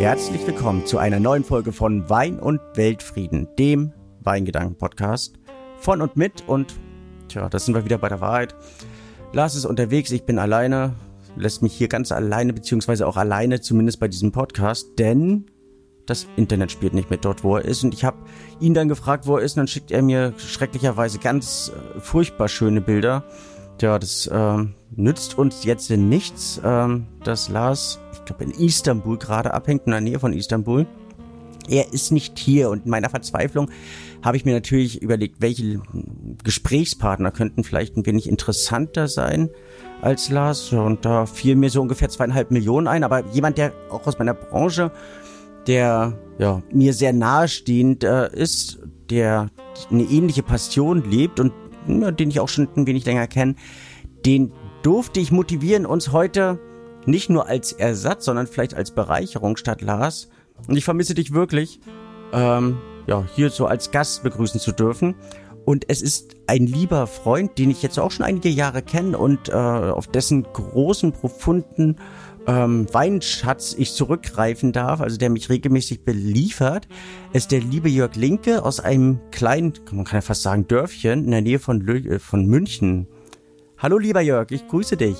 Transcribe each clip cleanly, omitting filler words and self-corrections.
Herzlich willkommen zu einer neuen Folge von Wein und Weltfrieden, dem Weingedanken-Podcast von und mit und, da sind wir wieder bei der Wahrheit. Lars ist unterwegs, ich bin alleine, lässt mich hier ganz alleine, beziehungsweise auch alleine, zumindest bei diesem Podcast, denn das Internet spielt nicht mit dort, wo er ist. Und ich habe ihn dann gefragt, wo er ist, und dann schickt er mir schrecklicherweise ganz furchtbar schöne Bilder. Tja, das nützt uns jetzt nichts, dass Lars, ich glaube, in Istanbul gerade abhängt, in der Nähe von Istanbul. Er ist nicht hier, und in meiner Verzweiflung habe ich mir natürlich überlegt, welche Gesprächspartner könnten vielleicht ein wenig interessanter sein als Lars. Und da fielen mir so ungefähr 2,5 Millionen ein, aber jemand, der auch aus meiner Branche, der mir sehr nahestehend ist, der eine ähnliche Passion lebt und den ich auch schon ein wenig länger kenne, den durfte ich motivieren, uns heute nicht nur als Ersatz, sondern vielleicht als Bereicherung statt Lars, und ich vermisse dich wirklich, hier so als Gast begrüßen zu dürfen. Und es ist ein lieber Freund, den ich jetzt auch schon einige Jahre kenne und auf dessen großen, profunden Weinschatz ich zurückgreifen darf, also der mich regelmäßig beliefert, ist der liebe Jörg Linke aus einem kleinen, man kann ja fast sagen, Dörfchen in der Nähe von München. Hallo lieber Jörg, ich grüße dich.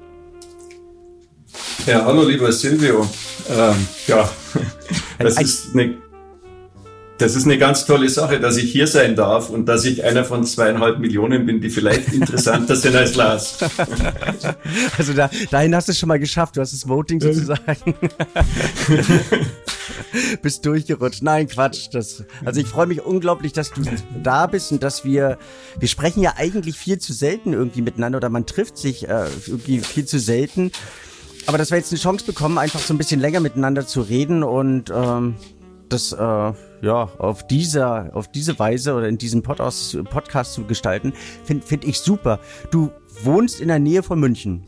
Ja, hallo lieber Silvio. Das ist eine ganz tolle Sache, dass ich hier sein darf und dass ich einer von 2,5 Millionen bin, die vielleicht interessanter sind als Lars. Also dahin hast du es schon mal geschafft, du hast das Voting sozusagen. Bist durchgerutscht. Nein, Quatsch. Also ich freue mich unglaublich, dass du da bist und dass wir sprechen ja eigentlich viel zu selten irgendwie miteinander, oder man trifft sich irgendwie viel zu selten. Aber dass wir jetzt eine Chance bekommen, einfach so ein bisschen länger miteinander zu reden und das auf diese Weise oder in diesem Podcast zu gestalten, find ich super. Du wohnst in der Nähe von München.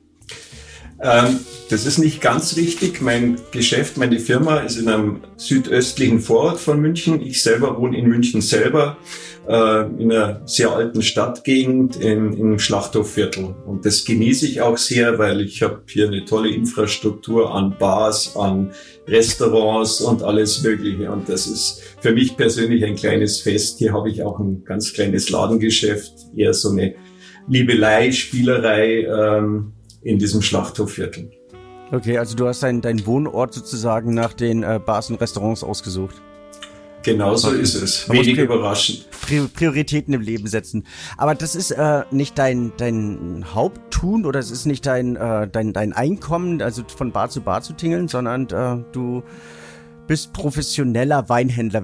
Das ist nicht ganz richtig. Mein Geschäft, meine Firma ist in einem südöstlichen Vorort von München. Ich selber wohne in München selber, in einer sehr alten Stadtgegend im Schlachthofviertel. Und das genieße ich auch sehr, weil ich habe hier eine tolle Infrastruktur an Bars, an Restaurants und alles Mögliche. Und das ist für mich persönlich ein kleines Fest. Hier habe ich auch ein ganz kleines Ladengeschäft, eher so eine Liebelei, Spielerei, in diesem Schlachthofviertel. Okay, also du hast deinen Wohnort sozusagen nach den Bars und Restaurants ausgesucht. Genau so ist es. Wenig überraschend. Prioritäten im Leben setzen. Aber das ist nicht dein Haupttun, oder es ist nicht dein Einkommen, also von Bar zu tingeln, sondern du bist professioneller Weinhändler,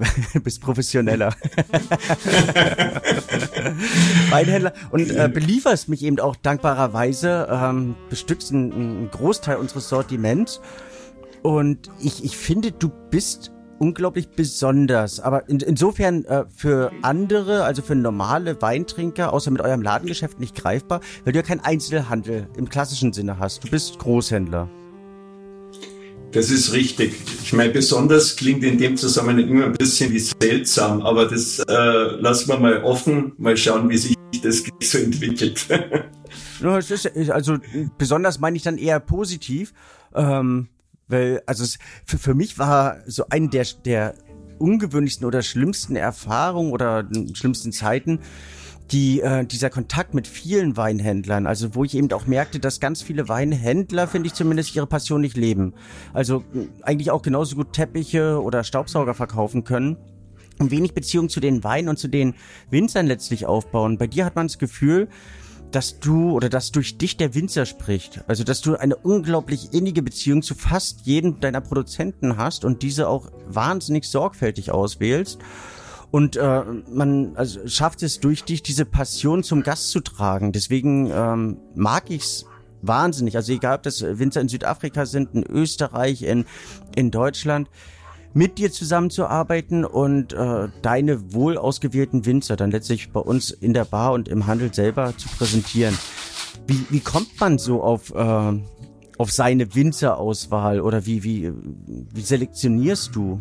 Weinhändler und belieferst mich eben auch dankbarerweise, bestückst einen Großteil unseres Sortiments, und ich finde, du bist unglaublich besonders, aber insofern für andere, also für normale Weintrinker, außer mit eurem Ladengeschäft nicht greifbar, weil du ja keinen Einzelhandel im klassischen Sinne hast, du bist Großhändler. Das ist richtig. Ich meine, besonders klingt in dem Zusammenhang immer ein bisschen wie seltsam, aber das lassen wir mal offen, mal schauen, wie sich das so entwickelt. Ja, also besonders meine ich dann eher positiv, weil also für mich war so eine der ungewöhnlichsten oder schlimmsten Erfahrungen oder schlimmsten Zeiten dieser Kontakt mit vielen Weinhändlern, also wo ich eben auch merkte, dass ganz viele Weinhändler, finde ich zumindest, ihre Passion nicht leben. Also eigentlich auch genauso gut Teppiche oder Staubsauger verkaufen können und wenig Beziehung zu den Weinen und zu den Winzern letztlich aufbauen. Bei dir hat man das Gefühl, dass durch dich der Winzer spricht. Also dass du eine unglaublich innige Beziehung zu fast jedem deiner Produzenten hast und diese auch wahnsinnig sorgfältig auswählst. Und man schafft es durch dich, diese Passion zum Gast zu tragen. Deswegen mag ich's wahnsinnig. Also egal, ob das Winzer in Südafrika sind, in Österreich, in Deutschland, mit dir zusammenzuarbeiten und deine wohl ausgewählten Winzer dann letztlich bei uns in der Bar und im Handel selber zu präsentieren. Wie kommt man so auf seine Winzerauswahl, oder wie selektionierst du?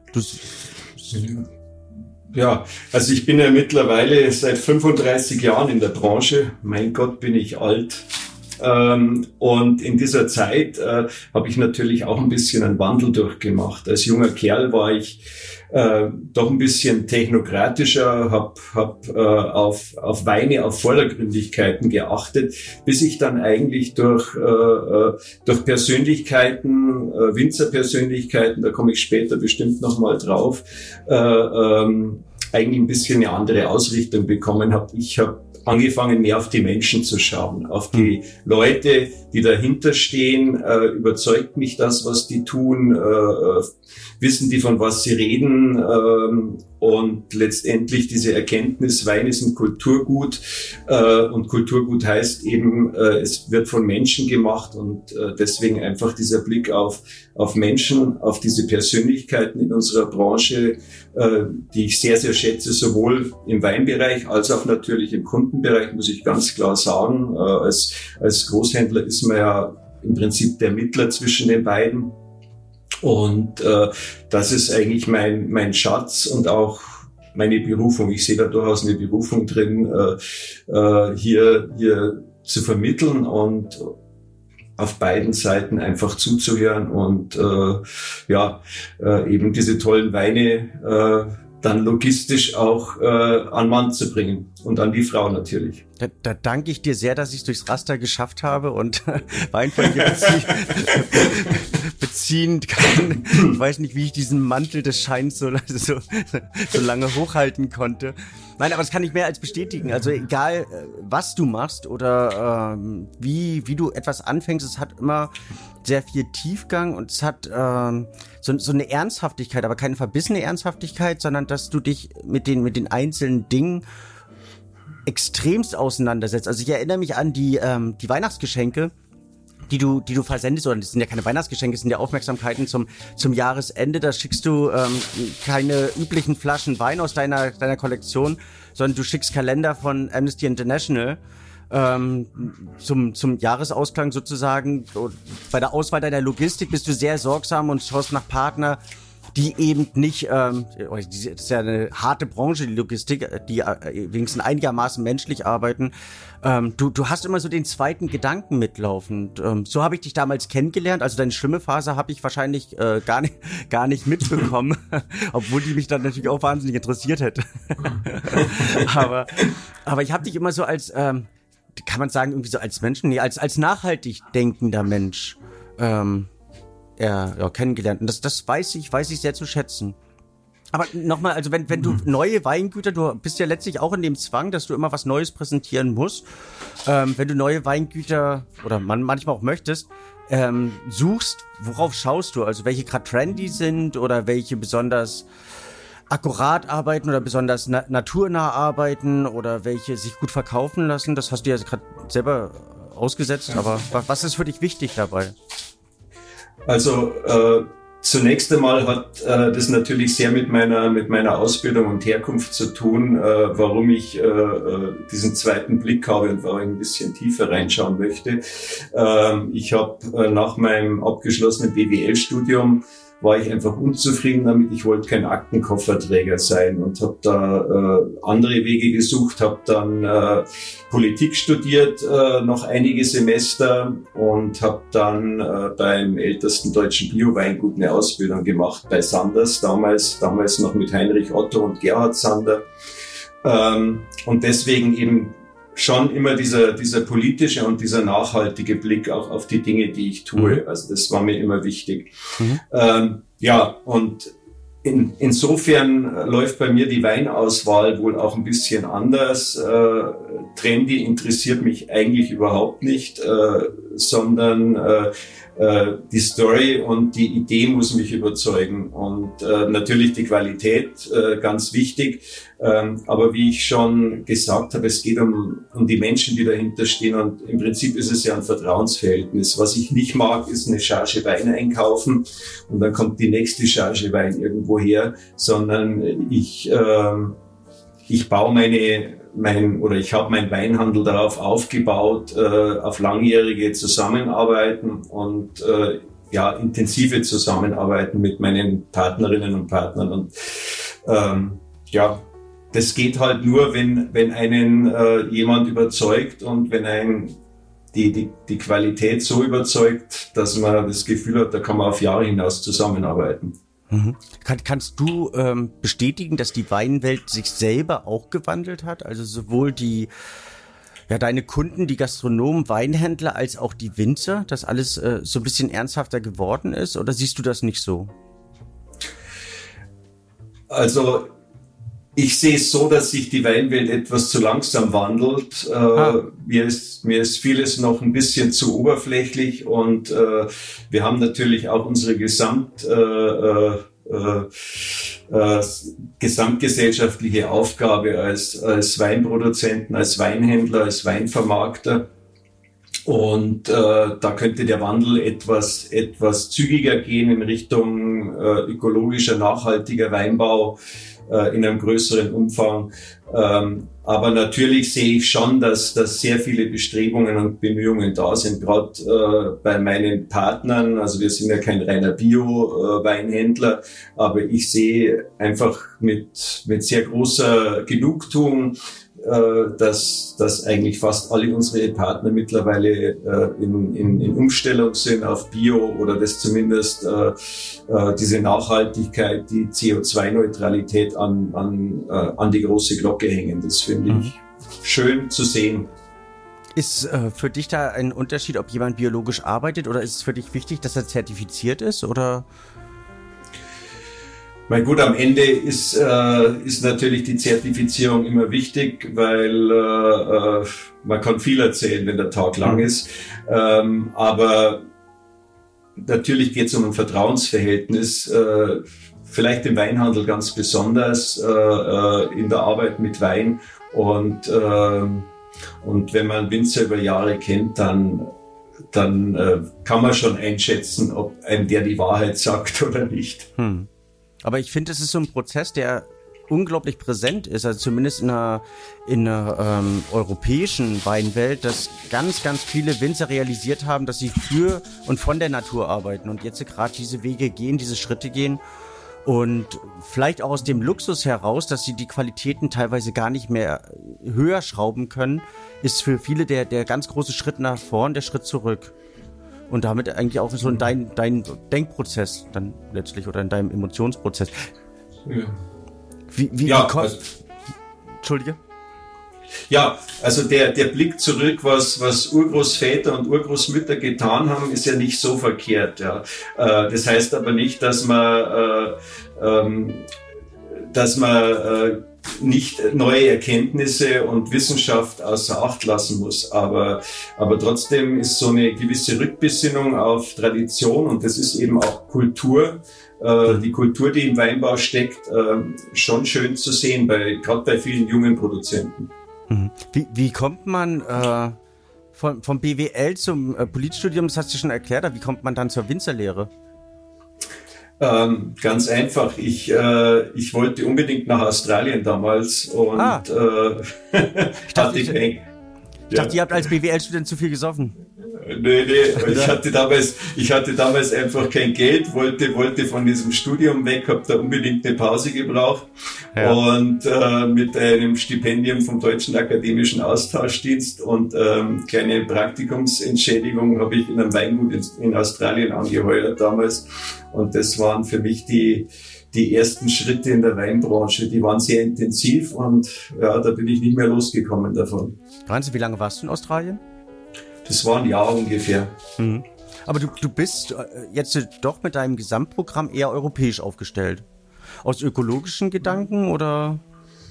Ja, also ich bin ja mittlerweile seit 35 Jahren in der Branche. Mein Gott, bin ich alt. Und in dieser Zeit habe ich natürlich auch ein bisschen einen Wandel durchgemacht. Als junger Kerl war ich doch ein bisschen technokratischer, hab auf Weine, auf Vordergründigkeiten geachtet, bis ich dann eigentlich durch Persönlichkeiten, Winzerpersönlichkeiten, da komme ich später bestimmt nochmal drauf, eigentlich ein bisschen eine andere Ausrichtung bekommen habe. Ich habe angefangen, mehr auf die Menschen zu schauen, auf die Leute, die dahinter stehen. Überzeugt mich das, was die tun? Wissen die, von was sie reden? Und letztendlich diese Erkenntnis, Wein ist ein Kulturgut. Und Kulturgut heißt eben, es wird von Menschen gemacht. Und deswegen einfach dieser Blick auf Menschen, auf diese Persönlichkeiten in unserer Branche, die ich sehr, sehr schätze, sowohl im Weinbereich als auch natürlich im Kundenbereich, muss ich ganz klar sagen. Als Großhändler ist man ja im Prinzip der Mittler zwischen den beiden. Und das ist eigentlich mein Schatz und auch meine Berufung. Ich sehe da durchaus eine Berufung drin, hier zu vermitteln und auf beiden Seiten einfach zuzuhören und eben diese tollen Weine dann logistisch auch an Mann zu bringen und an die Frau natürlich. Da danke ich dir sehr, dass ich es durchs Raster geschafft habe und Weinfolge beziehen kann. Ich weiß nicht, wie ich diesen Mantel des Scheins so lange hochhalten konnte. Nein, aber das kann ich mehr als bestätigen. Also egal, was du machst oder wie du etwas anfängst, es hat immer sehr viel Tiefgang und es hat so eine Ernsthaftigkeit, aber keine verbissene Ernsthaftigkeit, sondern dass du dich mit den einzelnen Dingen extremst auseinandersetzt. Also ich erinnere mich an die Weihnachtsgeschenke, die du versendest, oder das sind ja keine Weihnachtsgeschenke, das sind ja Aufmerksamkeiten zum Jahresende. Da schickst du keine üblichen Flaschen Wein aus deiner Kollektion, sondern du schickst Kalender von Amnesty International zum Jahresausklang sozusagen. Und bei der Auswahl deiner Logistik bist du sehr sorgsam und schaust nach Partner, die eben nicht, das ist ja eine harte Branche, die Logistik, die wenigstens einigermaßen menschlich arbeiten. Du hast immer so den zweiten Gedanken mitlaufend. So habe ich dich damals kennengelernt. Also deine Schwimmephase habe ich wahrscheinlich gar nicht mitbekommen, obwohl die mich dann natürlich auch wahnsinnig interessiert hätte. aber ich habe dich immer so als, kann man sagen, irgendwie so als Menschen, nee, als nachhaltig denkender Mensch kennengelernt. Und das weiß ich sehr zu schätzen. Aber nochmal, also wenn du neue Weingüter, du bist ja letztlich auch in dem Zwang, dass du immer was Neues präsentieren musst. Wenn du neue Weingüter oder manchmal auch möchtest, suchst, worauf schaust du? Also welche gerade trendy sind oder welche besonders akkurat arbeiten oder besonders naturnah arbeiten oder welche sich gut verkaufen lassen? Das hast du ja gerade selber ausgesetzt, aber was ist für dich wichtig dabei? Also zunächst einmal hat das natürlich sehr mit meiner Ausbildung und Herkunft zu tun, warum ich diesen zweiten Blick habe und warum ich ein bisschen tiefer reinschauen möchte. Ich habe nach meinem abgeschlossenen BWL-Studium war ich einfach unzufrieden damit. Ich wollte kein Aktenkofferträger sein und habe da andere Wege gesucht, habe dann Politik studiert, noch einige Semester und habe dann beim ältesten deutschen Bio-Weingut eine Ausbildung gemacht, bei Sanders, damals noch mit Heinrich Otto und Gerhard Sander. Und deswegen eben schon immer dieser politische und dieser nachhaltige Blick auch auf die Dinge, die ich tue. Also das war mir immer wichtig. Und insofern läuft bei mir die Weinauswahl wohl auch ein bisschen anders. Trendy interessiert mich eigentlich überhaupt nicht, sondern die Story und die Idee muss mich überzeugen und natürlich die Qualität, ganz wichtig. Aber wie ich schon gesagt habe, es geht um die Menschen, die dahinter stehen und im Prinzip ist es ja ein Vertrauensverhältnis. Was ich nicht mag, ist eine Charge Wein einkaufen und dann kommt die nächste Charge Wein irgendwo her, sondern ich baue ich habe meinen Weinhandel darauf aufgebaut, auf langjährige Zusammenarbeiten und intensive Zusammenarbeiten mit meinen Partnerinnen und Partnern. Und das geht halt nur, wenn einen jemand überzeugt und wenn ein die Qualität so überzeugt, dass man das Gefühl hat, da kann man auf Jahre hinaus zusammenarbeiten. Mhm. Kannst du bestätigen, dass die Weinwelt sich selber auch gewandelt hat? Also sowohl deine Kunden, die Gastronomen, Weinhändler, als auch die Winzer, dass alles so ein bisschen ernsthafter geworden ist? Oder siehst du das nicht so? Also ich sehe es so, dass sich die Weinwelt etwas zu langsam wandelt. Mir ist vieles noch ein bisschen zu oberflächlich und wir haben natürlich auch unsere gesamtgesellschaftliche Aufgabe als Weinproduzenten, als Weinhändler, als Weinvermarkter. Und da könnte der Wandel etwas zügiger gehen in Richtung ökologischer, nachhaltiger Weinbau in einem größeren Umfang. Aber natürlich sehe ich schon, dass sehr viele Bestrebungen und Bemühungen da sind, gerade bei meinen Partnern. Also wir sind ja kein reiner Bio-Weinhändler, aber ich sehe einfach mit sehr großer Genugtuung, dass eigentlich fast alle unsere Partner mittlerweile in Umstellung sind auf Bio oder das zumindest diese Nachhaltigkeit, die CO2-Neutralität an die große Glocke hängen. Das finde ich schön zu sehen. Ist für dich da ein Unterschied, ob jemand biologisch arbeitet, oder ist es für dich wichtig, dass er zertifiziert ist, oder? Mein gut, am Ende ist natürlich die Zertifizierung immer wichtig, weil man kann viel erzählen, wenn der Tag lang ist. Aber natürlich geht es um ein Vertrauensverhältnis, vielleicht im Weinhandel ganz besonders, in der Arbeit mit Wein. Und wenn man Winzer über Jahre kennt, dann kann man schon einschätzen, ob einem der die Wahrheit sagt oder nicht. Aber ich finde, es ist so ein Prozess, der unglaublich präsent ist, also zumindest in einer europäischen Weinwelt, dass ganz, ganz viele Winzer realisiert haben, dass sie für und von der Natur arbeiten und jetzt gerade diese Wege gehen, diese Schritte gehen und vielleicht auch aus dem Luxus heraus, dass sie die Qualitäten teilweise gar nicht mehr höher schrauben können, ist für viele der ganz große Schritt nach vorn, der Schritt zurück. Und damit eigentlich auch so in dein Denkprozess dann letztlich oder in deinem Emotionsprozess. Ja. Entschuldige? Ja, also der Blick zurück, was Urgroßväter und Urgroßmütter getan haben, ist ja nicht so verkehrt. Ja. Das heißt aber nicht, dass man nicht neue Erkenntnisse und Wissenschaft außer Acht lassen muss. Aber trotzdem ist so eine gewisse Rückbesinnung auf Tradition, und das ist eben auch Kultur, die Kultur, die im Weinbau steckt, schon schön zu sehen, gerade bei vielen jungen Produzenten. Wie kommt man vom BWL zum Politstudium, das hast du schon erklärt, aber wie kommt man dann zur Winzerlehre? Ganz einfach. Ich wollte unbedingt nach Australien damals und ich dachte, ihr habt als BWL-Student zu viel gesoffen. Nee, ich hatte damals einfach kein Geld, wollte von diesem Studium weg, habe da unbedingt eine Pause gebraucht und mit einem Stipendium vom Deutschen Akademischen Austauschdienst und kleine Praktikumsentschädigung habe ich in einem Weingut in Australien angeheuert damals, und das waren für mich die ersten Schritte in der Weinbranche. Die waren sehr intensiv und ja, da bin ich nicht mehr losgekommen davon. Wahnsinn, wie lange warst du in Australien? Das war ein Jahr ungefähr. Aber du bist jetzt doch mit deinem Gesamtprogramm eher europäisch aufgestellt. Aus ökologischen Gedanken oder?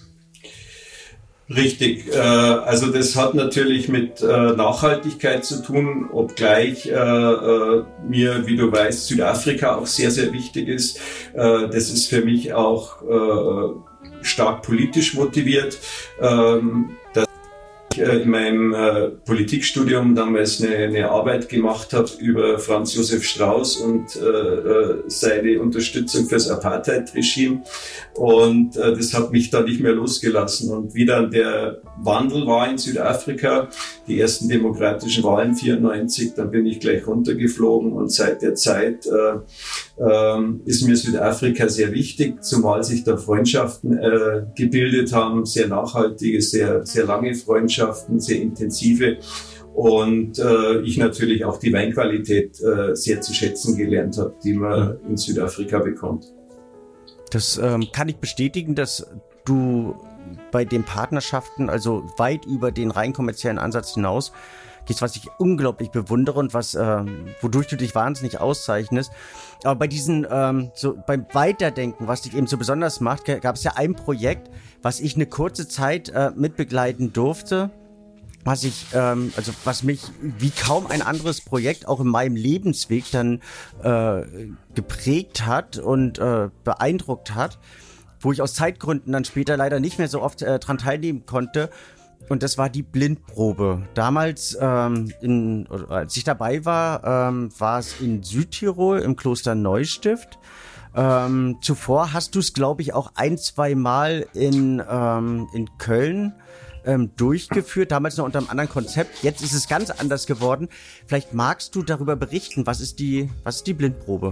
Richtig. Also das hat natürlich mit Nachhaltigkeit zu tun, obgleich mir, wie du weißt, Südafrika auch sehr, sehr wichtig ist. Das ist für mich auch stark politisch motiviert. In meinem Politikstudium damals eine Arbeit gemacht habe über Franz Josef Strauß und seine Unterstützung fürs Apartheid-Regime, und das hat mich da nicht mehr losgelassen. Und wie dann der Wandel war in Südafrika, die ersten demokratischen Wahlen 94, dann bin ich gleich runtergeflogen, und seit der Zeit ist mir Südafrika sehr wichtig, zumal sich da Freundschaften gebildet haben, sehr nachhaltige, sehr, sehr lange Freundschaften, sehr intensive. und ich natürlich auch die Weinqualität sehr zu schätzen gelernt habe, die man in Südafrika bekommt. Das kann ich bestätigen, dass du bei den Partnerschaften, also weit über den rein kommerziellen Ansatz hinaus gehst, was ich unglaublich bewundere und wodurch du dich wahnsinnig auszeichnest. Aber bei diesen, beim Weiterdenken, was dich eben so besonders macht, gab es ja ein Projekt, was ich eine kurze Zeit mitbegleiten durfte, was mich wie kaum ein anderes Projekt auch in meinem Lebensweg dann geprägt hat und beeindruckt hat, wo ich aus Zeitgründen dann später leider nicht mehr so oft dran teilnehmen konnte. Und das war die Blindprobe. Damals, als ich dabei war, war es in Südtirol im Kloster Neustift. Zuvor hast du es, glaube ich, auch 1-2 Mal in Köln durchgeführt, damals noch unter einem anderen Konzept. Jetzt ist es ganz anders geworden. Vielleicht magst du darüber berichten. Was ist die Blindprobe?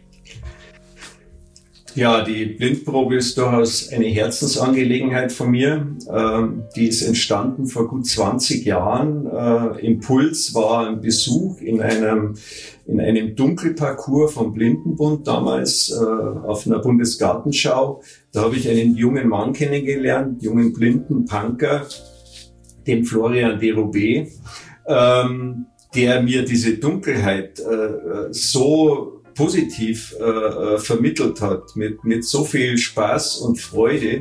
Ja, die Blindprobe ist durchaus eine Herzensangelegenheit von mir. Die ist entstanden vor gut 20 Jahren. Impuls war ein Besuch in einem Dunkelparcours vom Blindenbund damals auf einer Bundesgartenschau. Da habe ich einen jungen Mann kennengelernt, jungen blinden Punker, den Florian Derobé, der mir diese Dunkelheit so positiv vermittelt hat, mit so viel Spaß und Freude.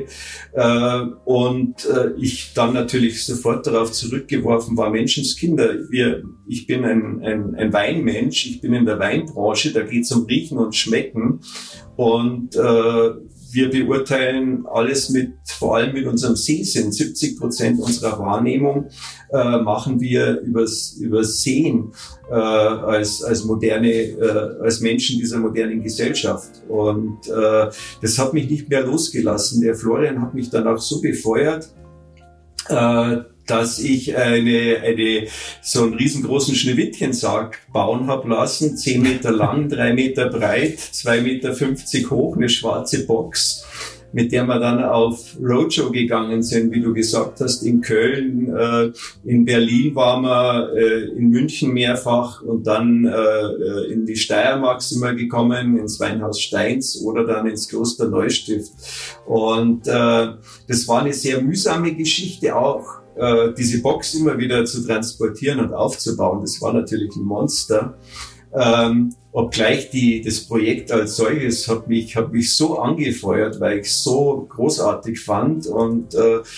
Ich dann natürlich sofort darauf zurückgeworfen war, Menschenskinder, ich bin ein Weinmensch, ich bin in der Weinbranche, da geht es um Riechen und Schmecken. Und wir beurteilen alles vor allem mit unserem Sehsinn. 70% unserer Wahrnehmung machen wir übers Sehen als Menschen dieser modernen Gesellschaft. Und das hat mich nicht mehr losgelassen. Der Florian hat mich dann auch so befeuert, dass ich so einen riesengroßen Schneewittchensarg bauen habe lassen, 10 Meter lang, 3 Meter breit, 2,50 Meter hoch, eine schwarze Box, mit der wir dann auf Roadshow gegangen sind, wie du gesagt hast, in Köln, in Berlin waren wir, in München mehrfach und dann in die Steiermark sind wir gekommen, ins Weinhaus Steins oder dann ins Kloster Neustift. Und das war eine sehr mühsame Geschichte auch, diese Box immer wieder zu transportieren und aufzubauen. Das war natürlich ein Monster. Obgleich das Projekt als solches hat mich so angefeuert, weil ich es so großartig fand und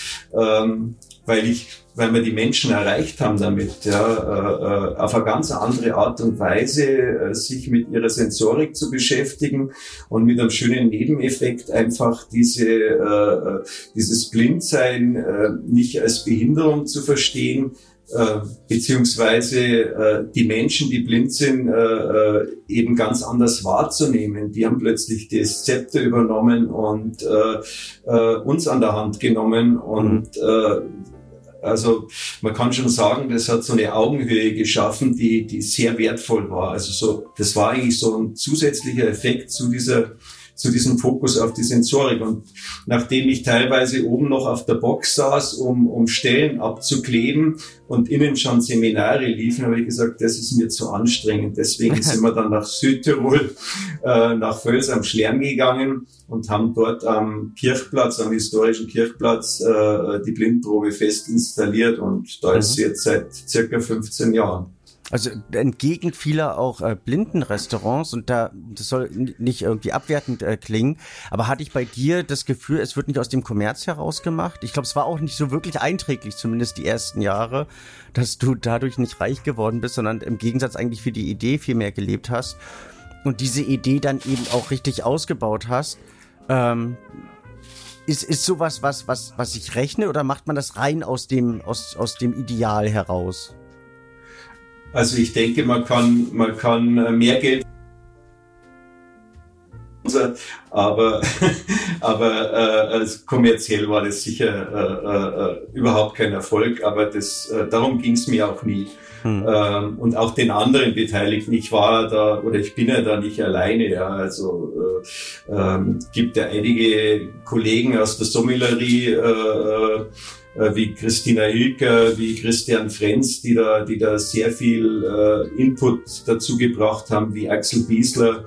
weil wir die Menschen erreicht haben damit, auf eine ganz andere Art und Weise sich mit ihrer Sensorik zu beschäftigen und mit einem schönen Nebeneffekt einfach dieses Blindsein nicht als Behinderung zu verstehen, beziehungsweise die Menschen, die blind sind, eben ganz anders wahrzunehmen. Die haben plötzlich das Zepter übernommen und uns an der Hand genommen und also man kann schon sagen, das hat so eine Augenhöhe geschaffen, die sehr wertvoll war. Also das war eigentlich so ein zusätzlicher Effekt zu diesem Fokus auf die Sensorik. Und nachdem ich teilweise oben noch auf der Box saß, um Stellen abzukleben und innen schon Seminare liefen, habe ich gesagt, das ist mir zu anstrengend. Deswegen sind wir dann nach Südtirol, nach Völs am Schlern gegangen und haben dort am historischen Kirchplatz, die Blindprobe fest installiert. Und da ist sie jetzt seit circa 15 Jahren. Also entgegen vieler auch Blindenrestaurants, und das soll nicht irgendwie abwertend klingen, aber hatte ich bei dir das Gefühl, es wird nicht aus dem Kommerz heraus gemacht? Ich glaube, es war auch nicht so wirklich einträglich, zumindest die ersten Jahre, dass du dadurch nicht reich geworden bist, sondern im Gegensatz eigentlich für die Idee viel mehr gelebt hast und diese Idee dann eben auch richtig ausgebaut hast. Ist sowas, was sich rechnet, oder macht man das rein aus dem Ideal heraus? Also ich denke, man kann mehr Geld, aber also kommerziell war das sicher überhaupt kein Erfolg, aber darum ging es mir auch nie. Und auch den anderen Beteiligten, ich bin ja da nicht alleine, ja, also gibt ja einige Kollegen aus der Sommelerie, wie Christina Hilker, wie Christian Frenz, die da sehr viel Input dazu gebracht haben, wie Axel Biesler,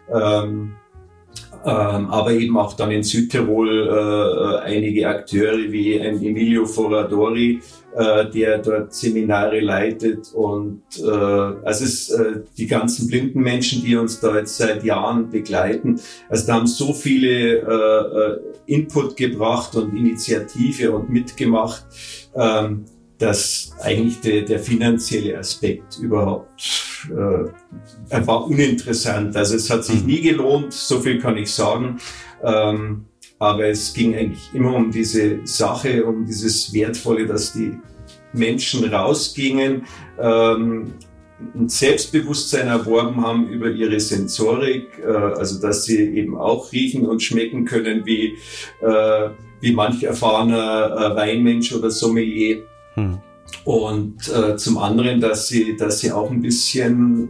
aber eben auch dann in Südtirol einige Akteure wie ein Emilio Foradori, der dort Seminare leitet und also es die ganzen blinden Menschen, die uns da jetzt seit Jahren begleiten. Also da haben so viele Input gebracht und Initiative und mitgemacht, dass eigentlich der finanzielle Aspekt überhaupt war uninteressant. Also es hat sich nie gelohnt, so viel kann ich sagen. Aber es ging eigentlich immer um diese Sache, um dieses Wertvolle, dass die Menschen rausgingen, ein Selbstbewusstsein erworben haben über ihre Sensorik, also dass sie eben auch riechen und schmecken können wie manch erfahrener Weinmensch oder Sommelier. Und zum anderen, dass sie auch ein bisschen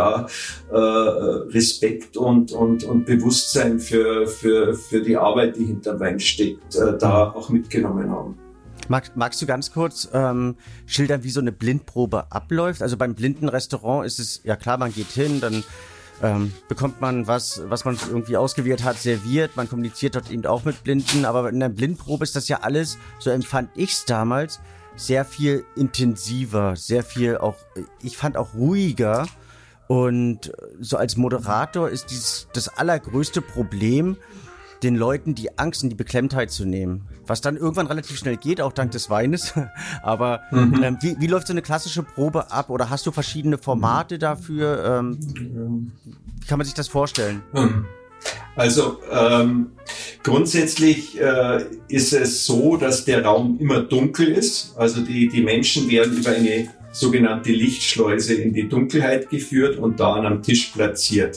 Respekt und Bewusstsein für die Arbeit, die hinter Wein steckt, da auch mitgenommen haben. Magst du ganz kurz schildern, wie so eine Blindprobe abläuft? Also beim Blindenrestaurant ist es, ja klar, man geht hin, dann bekommt man was man irgendwie ausgewählt hat, serviert, man kommuniziert dort eben auch mit Blinden, aber in der Blindprobe ist das ja alles, so empfand ich's damals, sehr viel intensiver, sehr viel auch, ich fand auch ruhiger. Und so als Moderator ist das allergrößte Problem, den Leuten die Angst und die Beklemmtheit zu nehmen. Was dann irgendwann relativ schnell geht, auch dank des Weines. Aber wie läuft so eine klassische Probe ab? Oder hast du verschiedene Formate dafür? Wie kann man sich das vorstellen? Also grundsätzlich ist es so, dass der Raum immer dunkel ist. Also die Menschen werden über eine sogenannte Lichtschleuse in die Dunkelheit geführt und da am Tisch platziert.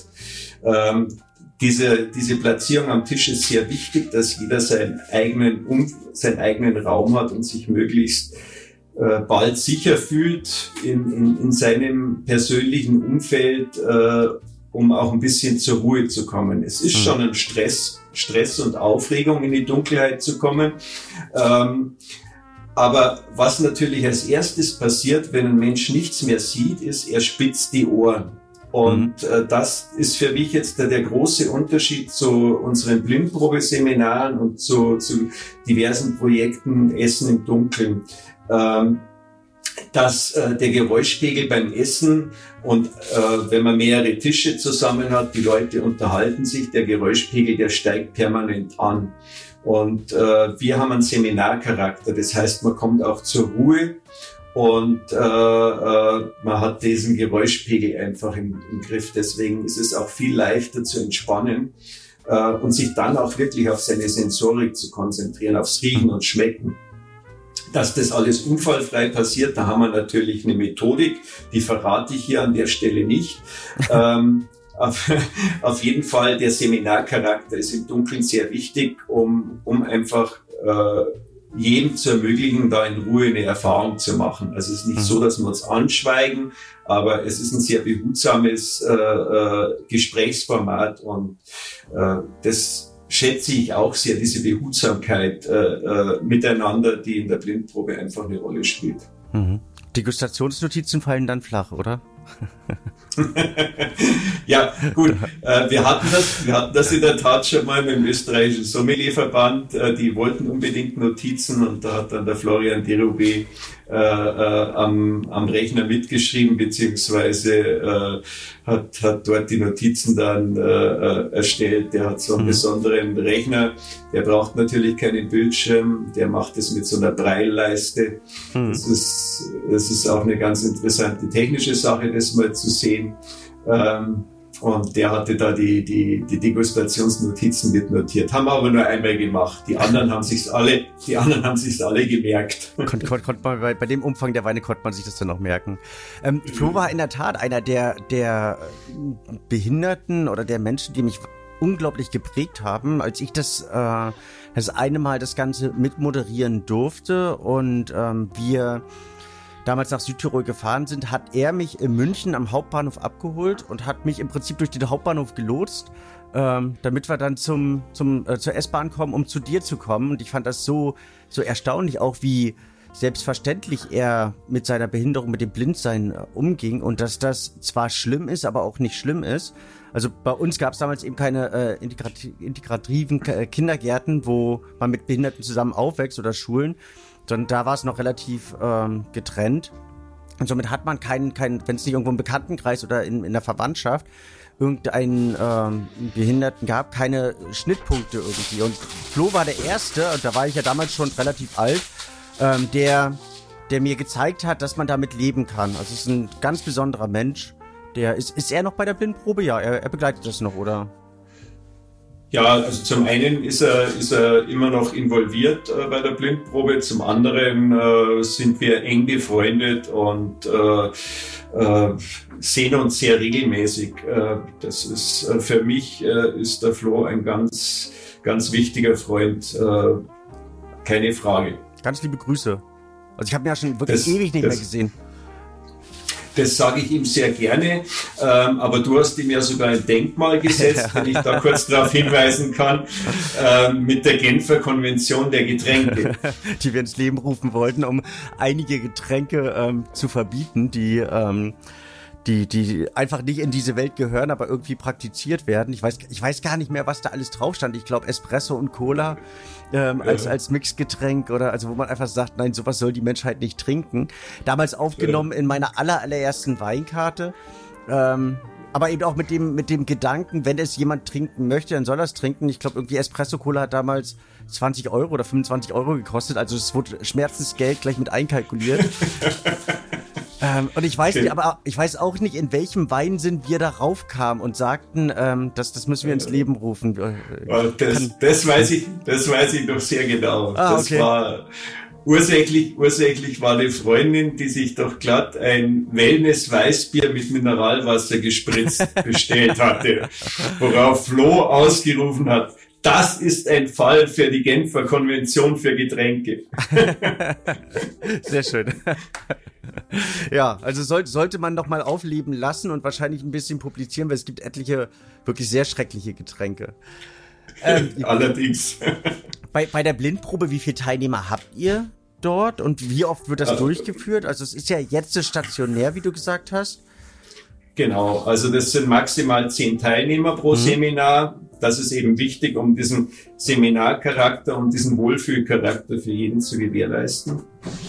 Diese Platzierung am Tisch ist sehr wichtig, dass jeder seinen eigenen Raum hat und sich möglichst bald sicher fühlt in seinem persönlichen Umfeld, um auch ein bisschen zur Ruhe zu kommen. Es ist schon ein Stress und Aufregung, in die Dunkelheit zu kommen. Aber was natürlich als erstes passiert, wenn ein Mensch nichts mehr sieht, ist, er spitzt die Ohren. Und das ist für mich jetzt der große Unterschied zu unseren Blindprobeseminaren und zu diversen Projekten Essen im Dunkeln. Dass der Geräuschpegel beim Essen und wenn man mehrere Tische zusammen hat, die Leute unterhalten sich, der Geräuschpegel, der steigt permanent an. Und wir haben einen Seminarcharakter, das heißt, man kommt auch zur Ruhe und man hat diesen Geräuschpegel einfach im Griff. Deswegen ist es auch viel leichter zu entspannen und sich dann auch wirklich auf seine Sensorik zu konzentrieren, aufs Riechen und Schmecken. Dass das alles unfallfrei passiert, da haben wir natürlich eine Methodik, die verrate ich hier an der Stelle nicht. Auf jeden Fall, der Seminarcharakter ist im Dunkeln sehr wichtig, um einfach jedem zu ermöglichen, da in Ruhe eine Erfahrung zu machen. Also es ist nicht so, dass wir uns anschweigen, aber es ist ein sehr behutsames Gesprächsformat und das schätze ich auch sehr, diese Behutsamkeit miteinander, die in der Blindprobe einfach eine Rolle spielt. Degustationsnotizen fallen dann flach, oder? Ja, gut. Wir hatten das in der Tat schon mal mit dem österreichischen Sommelierverband. Die wollten unbedingt Notizen und da hat dann der Florian Derouet am Rechner mitgeschrieben, beziehungsweise hat dort die Notizen dann erstellt. Der hat so einen besonderen Rechner, der braucht natürlich keinen Bildschirm, der macht es mit so einer Brailleiste. Das ist auch eine ganz interessante technische Sache, das mal zu sehen. Und der hatte da die Degustationsnotizen mitnotiert. Haben wir aber nur einmal gemacht. Die anderen haben sich's alle gemerkt. Konnte man bei dem Umfang der Weine konnte man sich das dann auch merken. Flo war in der Tat einer der Behinderten oder der Menschen, die mich unglaublich geprägt haben, als ich das eine Mal das Ganze mitmoderieren durfte und wir damals nach Südtirol gefahren sind, hat er mich in München am Hauptbahnhof abgeholt und hat mich im Prinzip durch den Hauptbahnhof gelotst damit wir dann zur S-Bahn kommen, um zu dir zu kommen. Und ich fand das so erstaunlich, auch wie selbstverständlich er mit seiner Behinderung, mit dem Blindsein umging und dass das zwar schlimm ist, aber auch nicht schlimm ist. Also bei uns gab es damals eben keine integrativen Kindergärten, wo man mit Behinderten zusammen aufwächst oder Schulen, sondern da war es noch relativ getrennt. Und somit hat man keinen, wenn es nicht irgendwo im Bekanntenkreis oder in der Verwandtschaft irgendeinen Behinderten gab, keine Schnittpunkte irgendwie. Und Flo war der Erste, und da war ich ja damals schon relativ alt, der mir gezeigt hat, dass man damit leben kann. Also es ist ein ganz besonderer Mensch. Ist er noch bei der Blindprobe? Ja, er begleitet das noch, oder? Ja, also zum einen ist er immer noch involviert bei der Blindprobe, zum anderen sind wir eng befreundet und sehen uns sehr regelmäßig. Das ist für mich ist der Flo ein ganz, ganz wichtiger Freund, keine Frage. Ganz liebe Grüße. Also ich habe ihn ja schon wirklich ewig nicht mehr gesehen. Das sage ich ihm sehr gerne, aber du hast ihm ja sogar ein Denkmal gesetzt, wenn ich da kurz darauf hinweisen kann, mit der Genfer Konvention der Getränke. Die wir ins Leben rufen wollten, um einige Getränke zu verbieten, die einfach nicht in diese Welt gehören, aber irgendwie praktiziert werden. Ich weiß gar nicht mehr, was da alles drauf stand. Ich glaube Espresso und Cola als Mixgetränk oder also wo man einfach sagt, nein, sowas soll die Menschheit nicht trinken. Damals aufgenommen in meiner allerersten Weinkarte. Aber eben auch mit dem Gedanken, wenn es jemand trinken möchte, dann soll er es trinken. Ich glaube, irgendwie Espresso-Cola hat damals 20 Euro oder 25 Euro gekostet. Also es wurde Schmerzensgeld gleich mit einkalkuliert. Und ich weiß nicht, aber ich weiß auch nicht, in welchem Wahnsinn wir darauf kamen und sagten, das müssen wir ins Leben rufen. Das weiß ich noch sehr genau. Das okay. war ursächlich war eine Freundin, die sich doch glatt ein Wellness-Weißbier mit Mineralwasser gespritzt bestellt hatte, worauf Flo ausgerufen hat: Das ist ein Fall für die Genfer Konvention für Getränke. Sehr schön. Ja, also sollte man noch mal aufleben lassen und wahrscheinlich ein bisschen publizieren, weil es gibt etliche wirklich sehr schreckliche Getränke. Allerdings. Bei der Blindprobe, wie viele Teilnehmer habt ihr dort und wie oft wird das durchgeführt? Also es ist ja jetzt stationär, wie du gesagt hast. Genau, also das sind maximal 10 Teilnehmer pro Seminar. Das ist eben wichtig, um diesen Seminarcharakter und diesen Wohlfühlcharakter für jeden zu gewährleisten.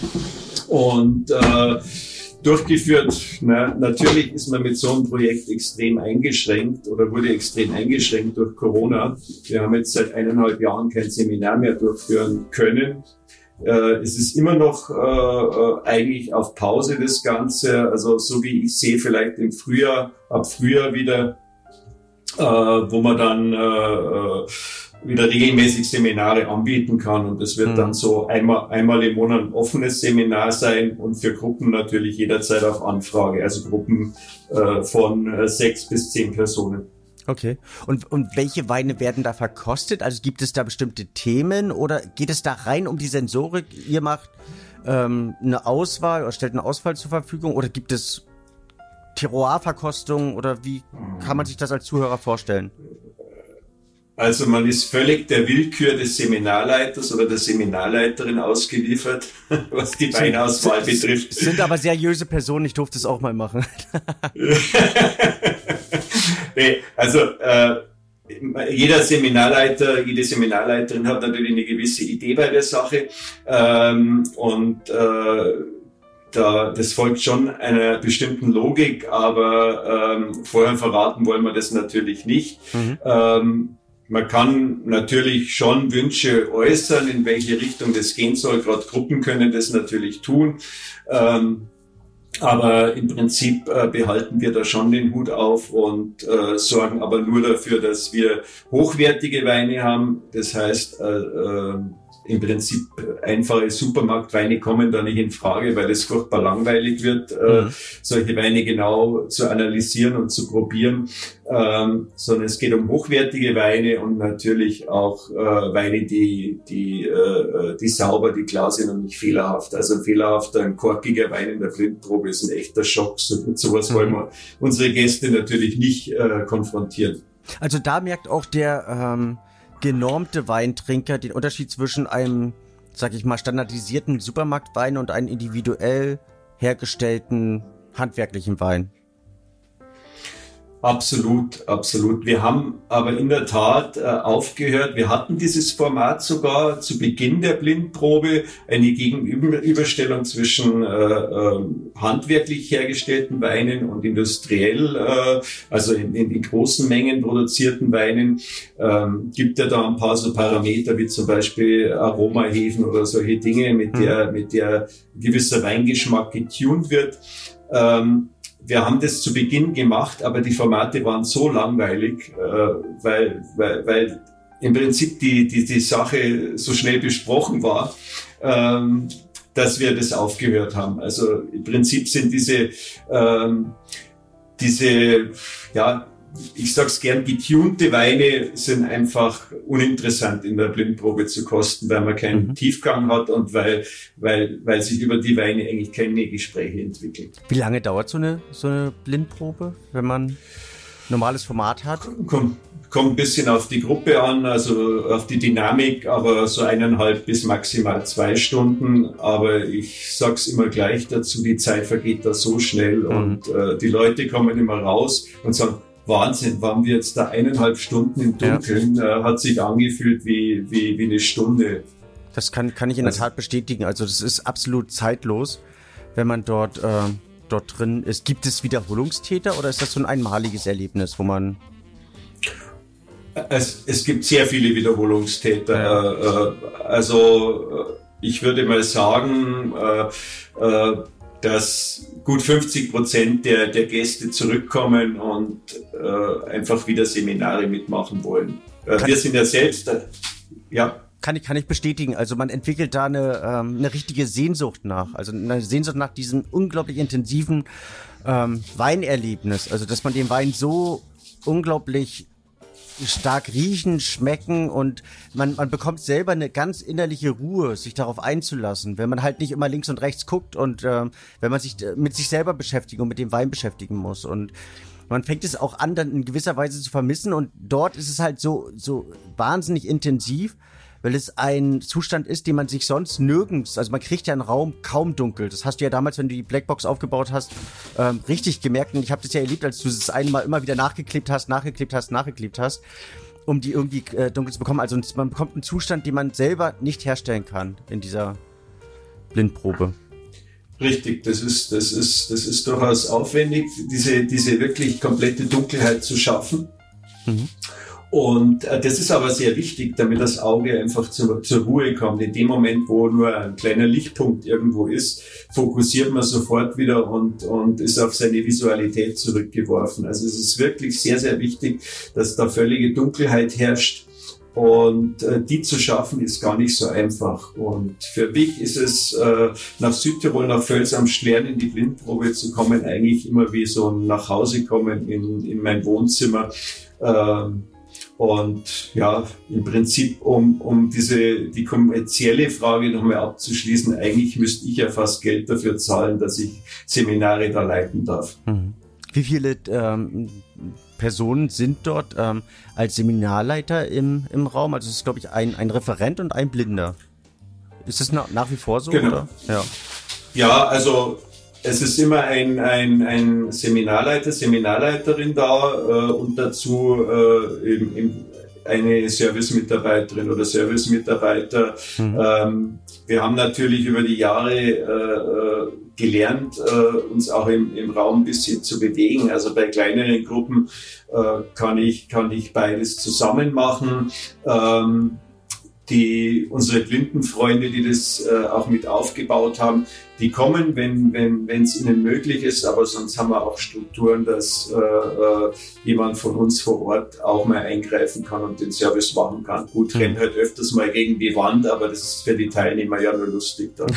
Und durchgeführt, natürlich ist man mit so einem Projekt extrem eingeschränkt oder wurde extrem eingeschränkt durch Corona. Wir haben jetzt seit 1,5 Jahren kein Seminar mehr durchführen können. Es ist immer noch eigentlich auf Pause das Ganze, also so wie ich sehe, vielleicht ab Frühjahr wieder, wo man dann wieder regelmäßig Seminare anbieten kann und es wird dann so einmal im Monat ein offenes Seminar sein und für Gruppen natürlich jederzeit auf Anfrage, also Gruppen von 6 bis 10 Personen. Okay. Und welche Weine werden da verkostet? Also gibt es da bestimmte Themen oder geht es da rein um die Sensorik? Ihr macht eine Auswahl oder stellt eine Auswahl zur Verfügung oder gibt es Terroir-Verkostungen oder wie kann man sich das als Zuhörer vorstellen? Also man ist völlig der Willkür des Seminarleiters oder der Seminarleiterin ausgeliefert, was die Weinauswahl betrifft. Sind aber seriöse Personen, ich durfte es auch mal machen. Nee, also jeder Seminarleiter, jede Seminarleiterin hat natürlich eine gewisse Idee bei der Sache das folgt schon einer bestimmten Logik, aber vorher verraten wollen wir das natürlich nicht. Man kann natürlich schon Wünsche äußern, in welche Richtung das gehen soll. Gerade Gruppen können das natürlich tun. Aber im Prinzip behalten wir da schon den Hut auf und sorgen aber nur dafür, dass wir hochwertige Weine haben. Das heißt, im Prinzip einfache Supermarktweine kommen da nicht in Frage, weil es furchtbar langweilig wird, solche Weine genau zu analysieren und zu probieren, sondern es geht um hochwertige Weine und natürlich auch Weine, die sauber, die klar sind und nicht fehlerhaft. Also ein fehlerhafter, ein korkiger Wein in der Blindprobe ist ein echter Schock. Mit sowas wollen wir unsere Gäste natürlich nicht konfrontieren. Also da merkt auch der genormte Weintrinker den Unterschied zwischen einem, sag ich mal, standardisierten Supermarktwein und einem individuell hergestellten handwerklichen Wein. Absolut, absolut. Wir haben aber in der Tat aufgehört. Wir hatten dieses Format sogar zu Beginn der Blindprobe, eine Gegenüberstellung zwischen handwerklich hergestellten Weinen und industriell, also in großen Mengen produzierten Weinen. Gibt ja da ein paar so Parameter wie zum Beispiel Aromahefen oder solche Dinge, mit der gewisser Weingeschmack getuned wird. Wir haben das zu Beginn gemacht, aber die Formate waren so langweilig, weil im Prinzip die Sache so schnell besprochen war, dass wir das aufgehört haben. Also im Prinzip sind diese ich sag's gern, getunte Weine sind einfach uninteressant in der Blindprobe zu kosten, weil man keinen Tiefgang hat und weil sich über die Weine eigentlich keine Gespräche entwickeln. Wie lange dauert so eine Blindprobe, wenn man normales Format hat? Kommt ein bisschen auf die Gruppe an, also auf die Dynamik, aber so 1,5 bis maximal 2 Stunden. Aber ich sag's immer gleich dazu, die Zeit vergeht da so schnell und die Leute kommen immer raus und sagen, Wahnsinn, waren wir jetzt da 1,5 Stunden im Dunkeln, hat sich angefühlt wie eine Stunde. Das kann ich in der Tat bestätigen. Also das ist absolut zeitlos, wenn man dort drin ist. Gibt es Wiederholungstäter oder ist das so ein einmaliges Erlebnis, wo man... Es gibt sehr viele Wiederholungstäter. Ja. Also ich würde mal sagen, dass gut 50% der Gäste zurückkommen und einfach wieder Seminare mitmachen wollen. Wir sind ja selbst, Kann ich bestätigen. Also man entwickelt da eine richtige Sehnsucht nach. Also eine Sehnsucht nach diesem unglaublich intensiven Weinerlebnis. Also dass man den Wein so unglaublich stark riechen, schmecken und man bekommt selber eine ganz innerliche Ruhe, sich darauf einzulassen, wenn man halt nicht immer links und rechts guckt und wenn man sich mit sich selber beschäftigen und mit dem Wein beschäftigen muss und man fängt es auch an, dann in gewisser Weise zu vermissen und dort ist es halt so wahnsinnig intensiv, weil es ein Zustand ist, den man sich sonst nirgends, also man kriegt ja einen Raum kaum dunkel. Das hast du ja damals, wenn du die Blackbox aufgebaut hast, richtig gemerkt. Und ich habe das ja erlebt, als du es einmal immer wieder nachgeklebt hast, um die irgendwie dunkel zu bekommen. Also man bekommt einen Zustand, den man selber nicht herstellen kann in dieser Blindprobe. Richtig, das ist durchaus aufwendig, diese wirklich komplette Dunkelheit zu schaffen. Und das ist aber sehr wichtig, damit das Auge einfach zur Ruhe kommt. In dem Moment, wo nur ein kleiner Lichtpunkt irgendwo ist, fokussiert man sofort wieder und ist auf seine Visualität zurückgeworfen. Also es ist wirklich sehr, sehr wichtig, dass da völlige Dunkelheit herrscht. Und die zu schaffen, ist gar nicht so einfach. Und für mich ist es, nach Südtirol, nach Völs am Schlern in die Blindprobe zu kommen, eigentlich immer wie so ein Nachhausekommen in mein Wohnzimmer. Und ja, im Prinzip, um die kommerzielle Frage nochmal abzuschließen, eigentlich müsste ich ja fast Geld dafür zahlen, dass ich Seminare da leiten darf. Wie viele Personen sind dort als Seminarleiter im Raum? Also es ist, glaube ich, ein Referent und ein Blinder. Ist das nach wie vor so? Genau. Oder? Ja, also es ist immer ein Seminarleiter, Seminarleiterin da und dazu eben eine Servicemitarbeiterin oder Servicemitarbeiter. Wir haben natürlich über die Jahre gelernt, uns auch im Raum ein bisschen zu bewegen. Also bei kleineren Gruppen kann ich beides zusammen machen. Unsere Blindenfreunde, die das auch mit aufgebaut haben, die kommen, wenn es ihnen möglich ist, aber sonst haben wir auch Strukturen, dass jemand von uns vor Ort auch mal eingreifen kann und den Service machen kann. Gut, rennt halt öfters mal gegen die Wand, aber das ist für die Teilnehmer ja nur lustig dann.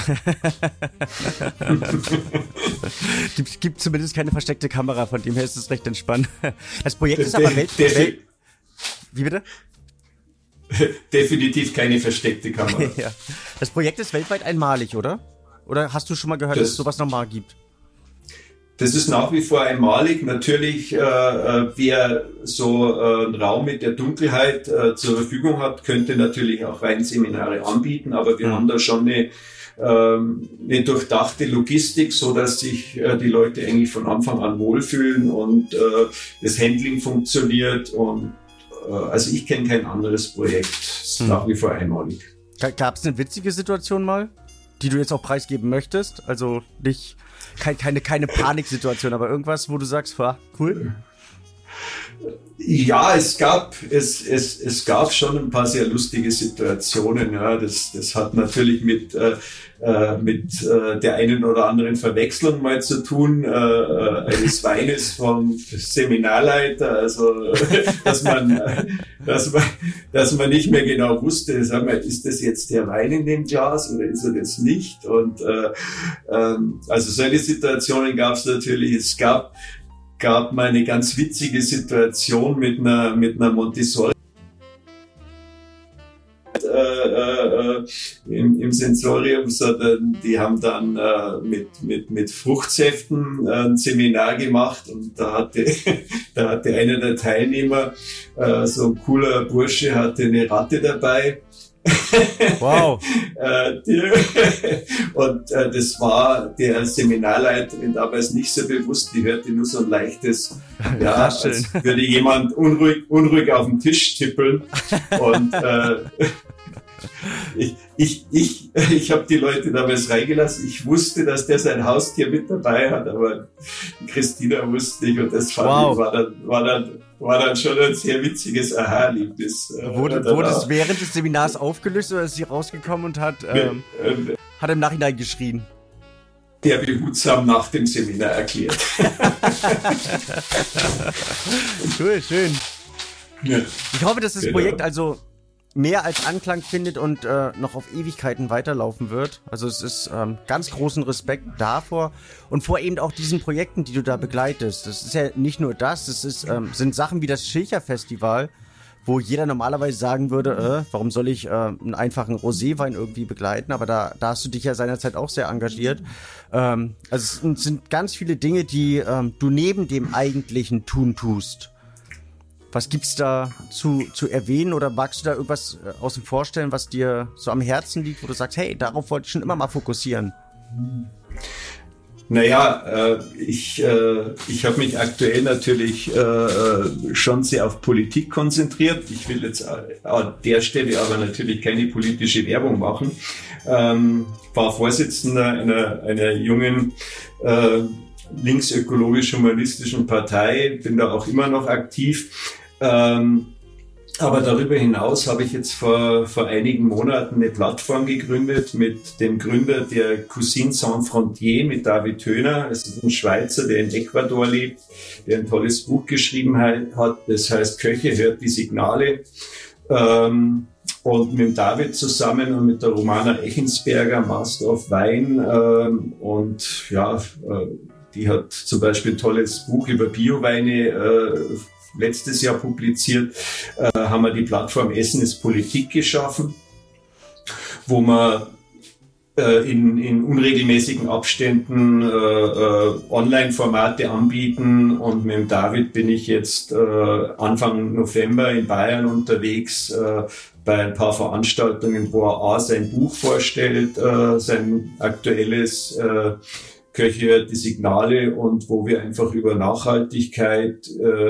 Gibt zumindest keine versteckte Kamera, von dem her ist es recht entspannt. Das Projekt ist aber Wie bitte? Definitiv keine versteckte Kamera. Ja. Das Projekt ist weltweit einmalig, oder? Oder hast du schon mal gehört, dass es sowas nochmal gibt? Das ist nach wie vor einmalig. Natürlich, wer so einen Raum mit der Dunkelheit zur Verfügung hat, könnte natürlich auch Weinseminare anbieten, aber wir haben da schon eine durchdachte Logistik, so dass sich die Leute eigentlich von Anfang an wohlfühlen und das Handling funktioniert. Und also ich kenne kein anderes Projekt. Das ist nach wie vor einmalig. Gab es eine witzige Situation mal, die du jetzt auch preisgeben möchtest? Also nicht keine Paniksituation, aber irgendwas, wo du sagst, cool. Ja, es gab schon ein paar sehr lustige Situationen. Ja, das hat natürlich mit der einen oder anderen Verwechslung mal zu tun, eines Weines vom Seminarleiter, also dass man nicht mehr genau wusste, sag mal, ist das jetzt der Wein in dem Glas oder ist er das nicht? Und also solche Situationen gab es natürlich. Es gab mal eine ganz witzige Situation mit einer Montessori im Sensorium, sondern die haben dann mit Fruchtsäften ein Seminar gemacht und da hatte einer der Teilnehmer, so ein cooler Bursche, hatte eine Ratte dabei. Wow. Und das war der Seminarleiterin damals nicht so bewusst, die hörte nur so ein leichtes, ja, als würde jemand unruhig auf den Tisch tippeln. Und ich habe die Leute damals reingelassen. Ich wusste, dass der sein Haustier mit dabei hat, aber Christina wusste nicht und das fand ich, war dann schon ein sehr witziges Aha-Erlebnis. Wurde es während des Seminars aufgelöst oder ist sie rausgekommen und hat im Nachhinein geschrien? Der behutsam nach dem Seminar erklärt. Cool, schön. Ja. Ich hoffe, dass das Projekt also mehr als Anklang findet und noch auf Ewigkeiten weiterlaufen wird. Also es ist ganz großen Respekt davor und vor eben auch diesen Projekten, die du da begleitest. Das ist ja nicht nur das, es ist, sind Sachen wie das Schilcher-Festival, wo jeder normalerweise sagen würde, warum soll ich einen einfachen Roséwein irgendwie begleiten, aber da hast du dich ja seinerzeit auch sehr engagiert. Also es sind ganz viele Dinge, die du neben dem eigentlichen Tun tust. Was gibt's da zu erwähnen oder magst du da irgendwas außen vorstellen, was dir so am Herzen liegt, wo du sagst, hey, darauf wollte ich schon immer mal fokussieren? Naja, ich habe mich aktuell natürlich schon sehr auf Politik konzentriert. Ich will jetzt an der Stelle aber natürlich keine politische Werbung machen. War Vorsitzender einer jungen linksökologisch-humanistischen Partei, bin da auch immer noch aktiv. Aber darüber hinaus habe ich jetzt vor einigen Monaten eine Plattform gegründet mit dem Gründer der Cuisine Sans Frontières, mit David Höhner. Es ist ein Schweizer, der in Ecuador lebt, der ein tolles Buch geschrieben hat. Das heißt, Köche hört die Signale. Und mit dem David zusammen und mit der Romana Echensberger, Master of Wine. Und ja, die hat zum Beispiel ein tolles Buch über Bioweine letztes Jahr publiziert, haben wir die Plattform Essen ist Politik geschaffen, wo wir in unregelmäßigen Abständen Online-Formate anbieten. Und mit dem David bin ich jetzt Anfang November in Bayern unterwegs bei ein paar Veranstaltungen, wo er sein Buch vorstellt, sein aktuelles Köche hört die Signale und wo wir einfach über Nachhaltigkeit,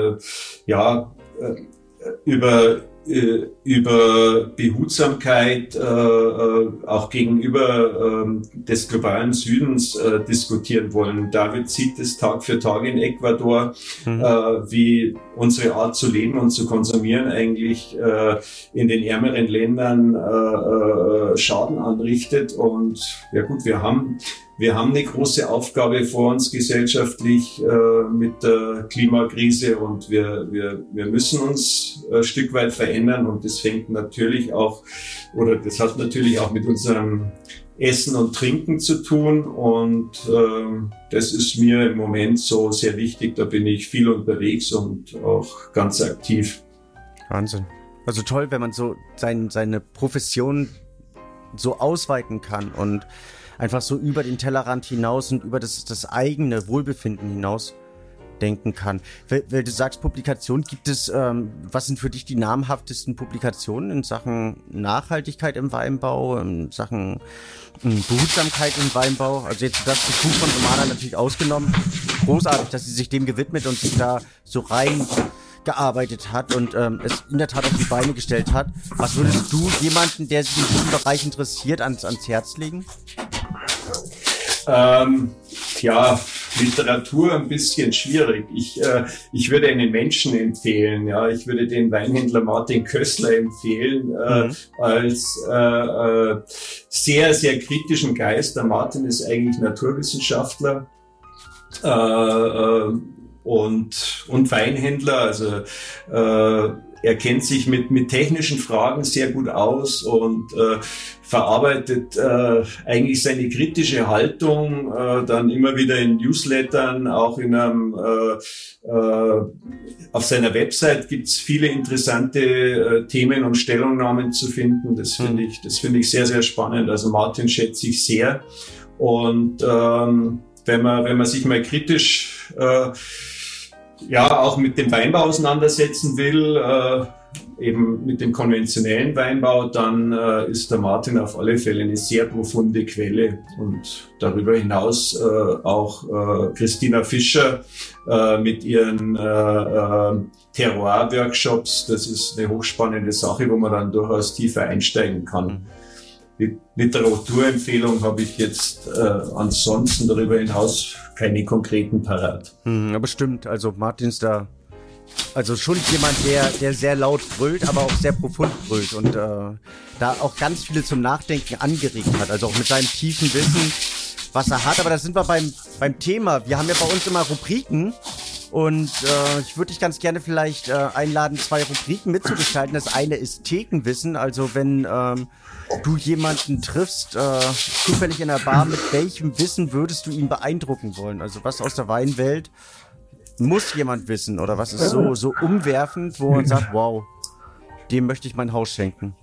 über Behutsamkeit auch gegenüber des globalen Südens diskutieren wollen. David sieht es Tag für Tag in Ecuador, wie unsere Art zu leben und zu konsumieren eigentlich in den ärmeren Ländern Schaden anrichtet. Und ja gut, wir haben eine große Aufgabe vor uns gesellschaftlich mit der Klimakrise und wir müssen uns ein Stück weit verändern und das fängt natürlich auch, oder das hat natürlich auch mit unserem Essen und Trinken zu tun und das ist mir im Moment so sehr wichtig, da bin ich viel unterwegs und auch ganz aktiv. Wahnsinn. Also toll, wenn man so seine Profession so ausweiten kann und einfach so über den Tellerrand hinaus und über das eigene Wohlbefinden hinaus denken kann. Weil du sagst Publikation, gibt es, was sind für dich die namhaftesten Publikationen in Sachen Nachhaltigkeit im Weinbau, in Sachen Behutsamkeit im Weinbau? Also jetzt das Buch von Romana natürlich ausgenommen. Großartig, dass sie sich dem gewidmet und sich da so rein gearbeitet hat und es in der Tat auf die Beine gestellt hat. Was würdest du jemanden, der sich in diesem Bereich interessiert, ans Herz legen? Ja, Literatur ein bisschen schwierig. Ich würde einen Menschen empfehlen, ja. Ich würde den Weinhändler Martin Kössler empfehlen, als sehr, sehr kritischen Geist. Der Martin ist eigentlich Naturwissenschaftler und Weinhändler, also er kennt sich mit technischen Fragen sehr gut aus und verarbeitet eigentlich seine kritische Haltung dann immer wieder in Newslettern, auch in einem auf seiner Website gibt's viele interessante Themen und Stellungnahmen zu finden. Das finde ich sehr, sehr spannend. Also Martin schätze ich sehr. Und wenn man sich mal kritisch auch mit dem Weinbau auseinandersetzen will, eben mit dem konventionellen Weinbau, dann ist der Martin auf alle Fälle eine sehr profunde Quelle. Und darüber hinaus auch Christina Fischer mit ihren Terroir-Workshops. Das ist eine hochspannende Sache, wo man dann durchaus tiefer einsteigen kann. Die Literaturempfehlung habe ich jetzt ansonsten darüber hinaus keine konkreten parat. Aber stimmt, also Martin ist da also schon jemand, der sehr laut brüllt, aber auch sehr profund brüllt und da auch ganz viele zum Nachdenken angeregt hat, also auch mit seinem tiefen Wissen, was er hat. Aber da sind wir beim Thema. Wir haben ja bei uns immer Rubriken und ich würde dich ganz gerne vielleicht einladen, 2 Rubriken mitzugestalten. Das eine ist Thekenwissen, also wenn du jemanden triffst, zufällig in der Bar, mit welchem Wissen würdest du ihn beeindrucken wollen? Also was aus der Weinwelt muss jemand wissen oder was ist so umwerfend, wo man sagt, wow, dem möchte ich mein Haus schenken?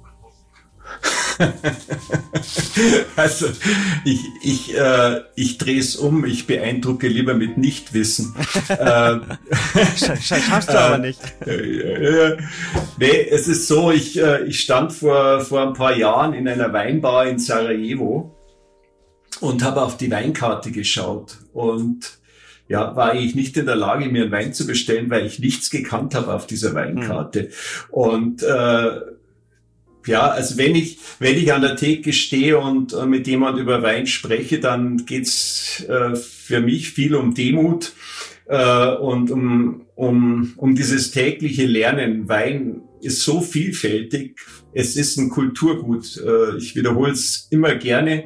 Also ich drehe es um, ich beeindrucke lieber mit Nichtwissen. Schaffst du aber nicht. Nee, es ist so, ich stand vor ein paar Jahren in einer Weinbar in Sarajevo und habe auf die Weinkarte geschaut und war eigentlich nicht in der Lage, mir einen Wein zu bestellen, weil ich nichts gekannt habe auf dieser Weinkarte. Und also wenn ich an der Theke stehe und mit jemand über Wein spreche, dann geht's für mich viel um Demut und um dieses tägliche Lernen. Wein ist so vielfältig. Es ist ein Kulturgut. Ich wiederhole es immer gerne.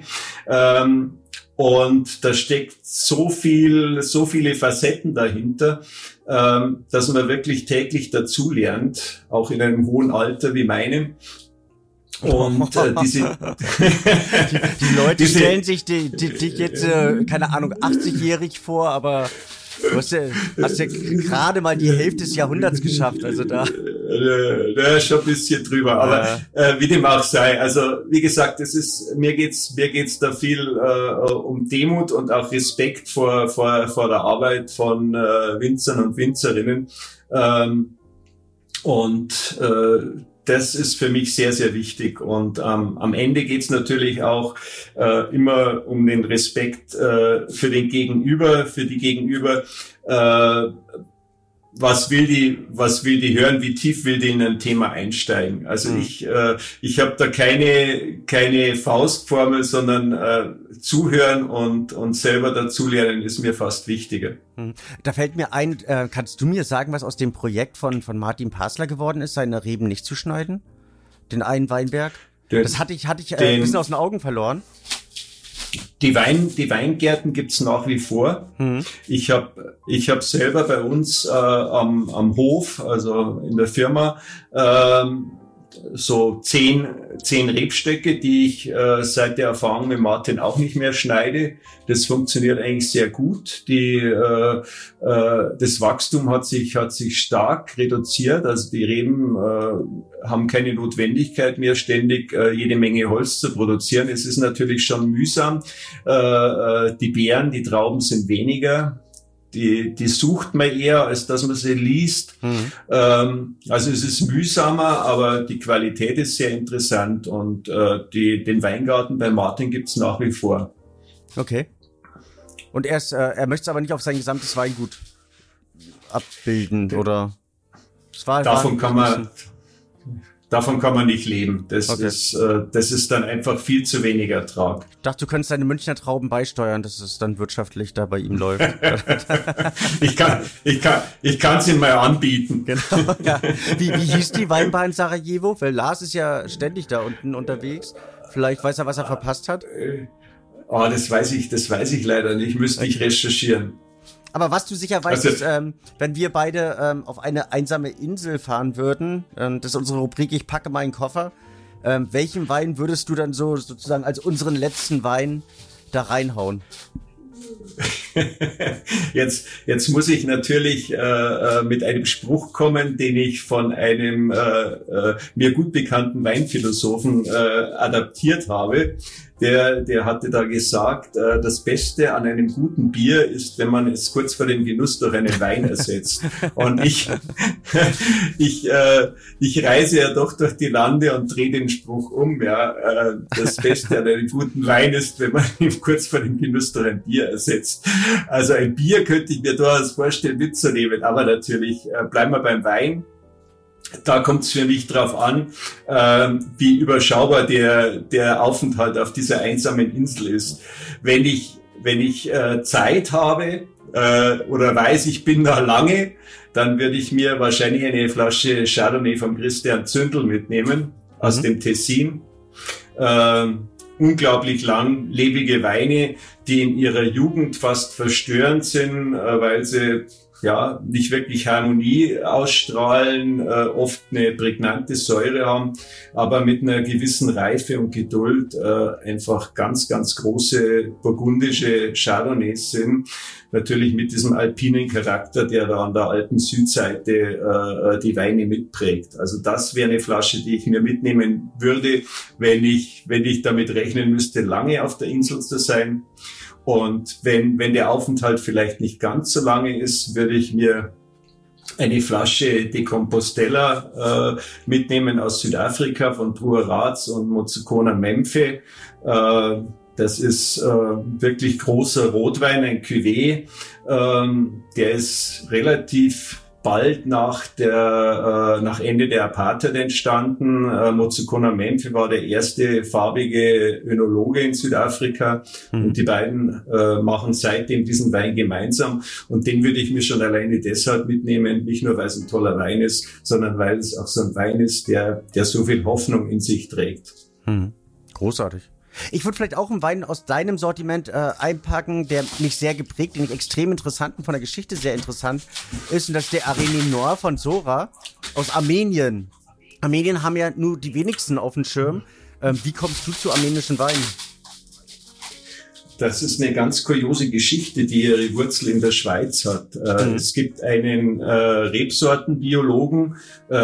Und da steckt so viele Facetten dahinter, dass man wirklich täglich dazu lernt, auch in einem hohen Alter wie meinem. Und die Leute stellen sich dich jetzt, keine Ahnung, 80-jährig vor, aber du hast ja gerade mal die Hälfte des Jahrhunderts geschafft, also da. Schon ein bisschen drüber, aber wie dem auch sei. Also wie gesagt, mir geht's da viel um Demut und auch Respekt vor der Arbeit von Winzern und Winzerinnen. Das ist für mich sehr, sehr wichtig. Und am Ende geht's natürlich auch immer um den Respekt für den Gegenüber, für die Gegenüber. Was will die hören? Wie tief will die in ein Thema einsteigen? Also ich habe da keine Faustformel, sondern zuhören und selber dazulernen ist mir fast wichtiger. Da fällt mir ein, kannst du mir sagen, was aus dem Projekt von Martin Pasler geworden ist, seine Reben nicht zu schneiden? Den einen Weinberg? Das hatte ich ein bisschen aus den Augen verloren. Die Weingärten gibt's nach wie vor. Ich hab selber bei uns am Hof, also in der Firma, so 10 Rebstöcke, die ich seit der Erfahrung mit Martin auch nicht mehr schneide. Das funktioniert eigentlich sehr gut. Das Wachstum hat sich stark reduziert. Also die Reben haben keine Notwendigkeit mehr, ständig jede Menge Holz zu produzieren. Es ist natürlich schon mühsam. Die Beeren, die Trauben sind weniger. Die sucht man eher, als dass man sie liest. Also es ist mühsamer, aber die Qualität ist sehr interessant und den Weingarten bei Martin gibt's nach wie vor. Okay. Und er möchte es aber nicht auf sein gesamtes Weingut abbilden, oder? Davon kann man nicht leben. Das ist dann einfach viel zu wenig Ertrag. Ich dachte, du könntest deine Münchner Trauben beisteuern, dass es dann wirtschaftlich da bei ihm läuft. Ich kann es ihm mal anbieten. Genau, ja. Wie hieß die Weinbar in Sarajevo? Weil Lars ist ja ständig da unten unterwegs. Vielleicht weiß er, was er verpasst hat. Das weiß ich leider nicht. Müsste ich recherchieren. Aber was du sicher weißt, ist, wenn wir beide auf eine einsame Insel fahren würden, das ist unsere Rubrik, ich packe meinen Koffer, welchen Wein würdest du dann so sozusagen als unseren letzten Wein da reinhauen? Jetzt muss ich natürlich mit einem Spruch kommen, den ich von einem mir gut bekannten Weinphilosophen adaptiert habe. Der hatte da gesagt, das Beste an einem guten Bier ist, wenn man es kurz vor dem Genuss durch einen Wein ersetzt. Und ich reise ja doch durch die Lande und drehe den Spruch um. Ja, das Beste an einem guten Wein ist, wenn man ihn kurz vor dem Genuss durch ein Bier ersetzt. Also ein Bier könnte ich mir durchaus vorstellen mitzunehmen, aber natürlich bleiben wir beim Wein. Da kommt es für mich drauf an, wie überschaubar der Aufenthalt auf dieser einsamen Insel ist. Wenn ich Zeit habe oder weiß, ich bin da lange, dann würde ich mir wahrscheinlich eine Flasche Chardonnay von Christian Zündel mitnehmen aus dem Tessin. Unglaublich langlebige Weine, die in ihrer Jugend fast verstörend sind, weil sie nicht wirklich Harmonie ausstrahlen, oft eine prägnante Säure haben, aber mit einer gewissen Reife und Geduld einfach ganz, ganz große burgundische Chardonnays sind. Natürlich mit diesem alpinen Charakter, der da an der alten Südseite die Weine mitprägt. Also das wäre eine Flasche, die ich mir mitnehmen würde, wenn ich damit rechnen müsste, lange auf der Insel zu sein. Und wenn der Aufenthalt vielleicht nicht ganz so lange ist, würde ich mir eine Flasche de Compostela mitnehmen aus Südafrika von Druer Rats und Motsukona Memfe. Das ist wirklich großer Rotwein, ein Cuvée. Der ist relativ bald nach Ende der Apartheid entstanden. Motsukona Memfe war der erste farbige Önologe in Südafrika und die beiden machen seitdem diesen Wein gemeinsam und den würde ich mir schon alleine deshalb mitnehmen, nicht nur weil es ein toller Wein ist, sondern weil es auch so ein Wein ist, der so viel Hoffnung in sich trägt. Großartig. Ich würde vielleicht auch einen Wein aus deinem Sortiment einpacken, der mich sehr geprägt, den ich extrem interessant und von der Geschichte sehr interessant ist. Und das ist der Areni Noir von Sora aus Armenien. Armenien haben ja nur die wenigsten auf dem Schirm. Wie kommst du zu armenischen Weinen? Das ist eine ganz kuriose Geschichte, die ihre Wurzel in der Schweiz hat. Es gibt einen Rebsortenbiologen,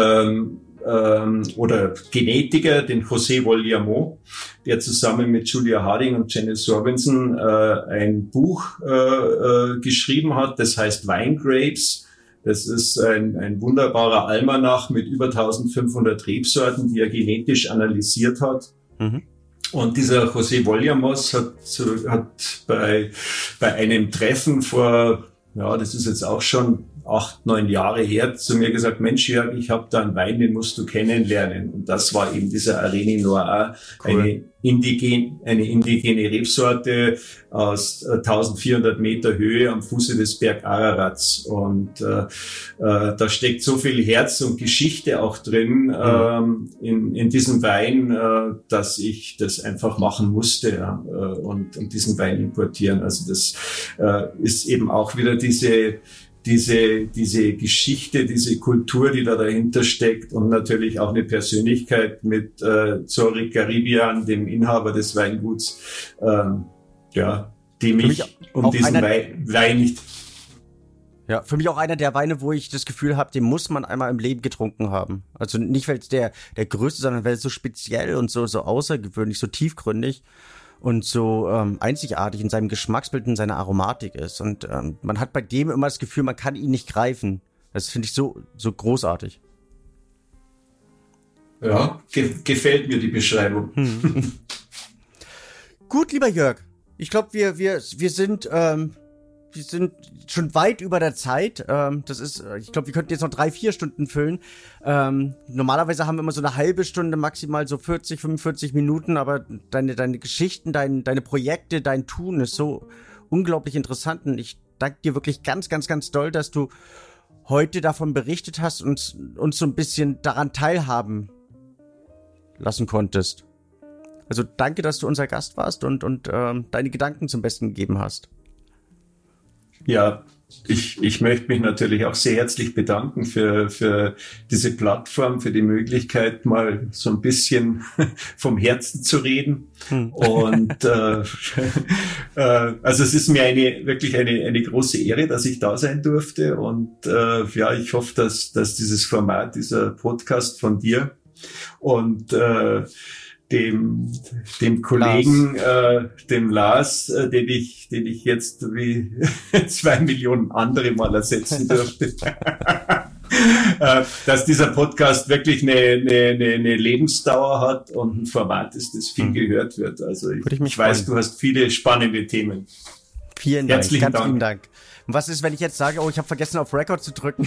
oder Genetiker, den José Volliamont, der zusammen mit Julia Harding und Janice Robinson ein Buch geschrieben hat, das heißt Winegrapes. Das ist ein wunderbarer Almanach mit über 1500 Rebsorten, die er genetisch analysiert hat. Und dieser José Volliamont hat bei einem Treffen vor, das ist jetzt auch schon 8, 9 Jahre her, zu mir gesagt, Mensch Jörg, ich habe da einen Wein, den musst du kennenlernen. Und das war eben dieser Areni Noir, cool. eine indigene Rebsorte aus 1400 Meter Höhe am Fuße des Berg Ararats. Und da steckt so viel Herz und Geschichte auch drin in diesem Wein, dass ich das einfach machen musste und diesen Wein importieren. Also das ist eben auch wieder diese diese Geschichte, diese Kultur, die da dahinter steckt und natürlich auch eine Persönlichkeit mit Zorik Garibian, dem Inhaber des Weinguts, die mich um diesen Wein nicht... Ja, für mich auch einer der Weine, wo ich das Gefühl habe, den muss man einmal im Leben getrunken haben. Also nicht, weil es der größte, sondern weil es so speziell und so außergewöhnlich, so tiefgründig und so einzigartig in seinem Geschmacksbild und seiner Aromatik ist. Und man hat bei dem immer das Gefühl, man kann ihn nicht greifen. Das finde ich so großartig. Ja, gefällt mir die Beschreibung. Gut, lieber Jörg. Ich glaube, wir sind schon weit über der Zeit. Ich glaube, wir könnten jetzt noch 3-4 Stunden füllen. Normalerweise haben wir immer so eine halbe Stunde, maximal so 40, 45 Minuten, aber deine Geschichten, deine Projekte, dein Tun ist so unglaublich interessant und ich danke dir wirklich ganz, ganz, ganz doll, dass du heute davon berichtet hast und uns so ein bisschen daran teilhaben lassen konntest. Also danke, dass du unser Gast warst und deine Gedanken zum Besten gegeben hast. Ja, ich möchte mich natürlich auch sehr herzlich bedanken für diese Plattform, für die Möglichkeit, mal so ein bisschen vom Herzen zu reden. Und also es ist mir wirklich eine große Ehre, dass ich da sein durfte. Und ich hoffe, dass dieses Format, dieser Podcast von dir und dem Kollegen, dem Lars, den ich jetzt wie 2 Millionen andere mal ersetzen durfte, dass dieser Podcast wirklich eine Lebensdauer hat und ein Format ist, das viel gehört wird. Also ich weiß, du hast viele spannende Themen. Vielen Dank, ganz vielen Dank. Und was ist, wenn ich jetzt sage, ich habe vergessen, auf Record zu drücken?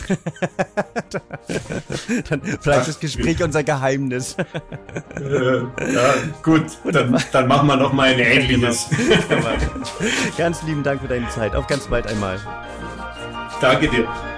Dann bleibt das Gespräch unser Geheimnis. Ja, gut, dann machen wir noch mal ein ähnliches. Ganz lieben Dank für deine Zeit. Auf ganz bald einmal. Danke dir.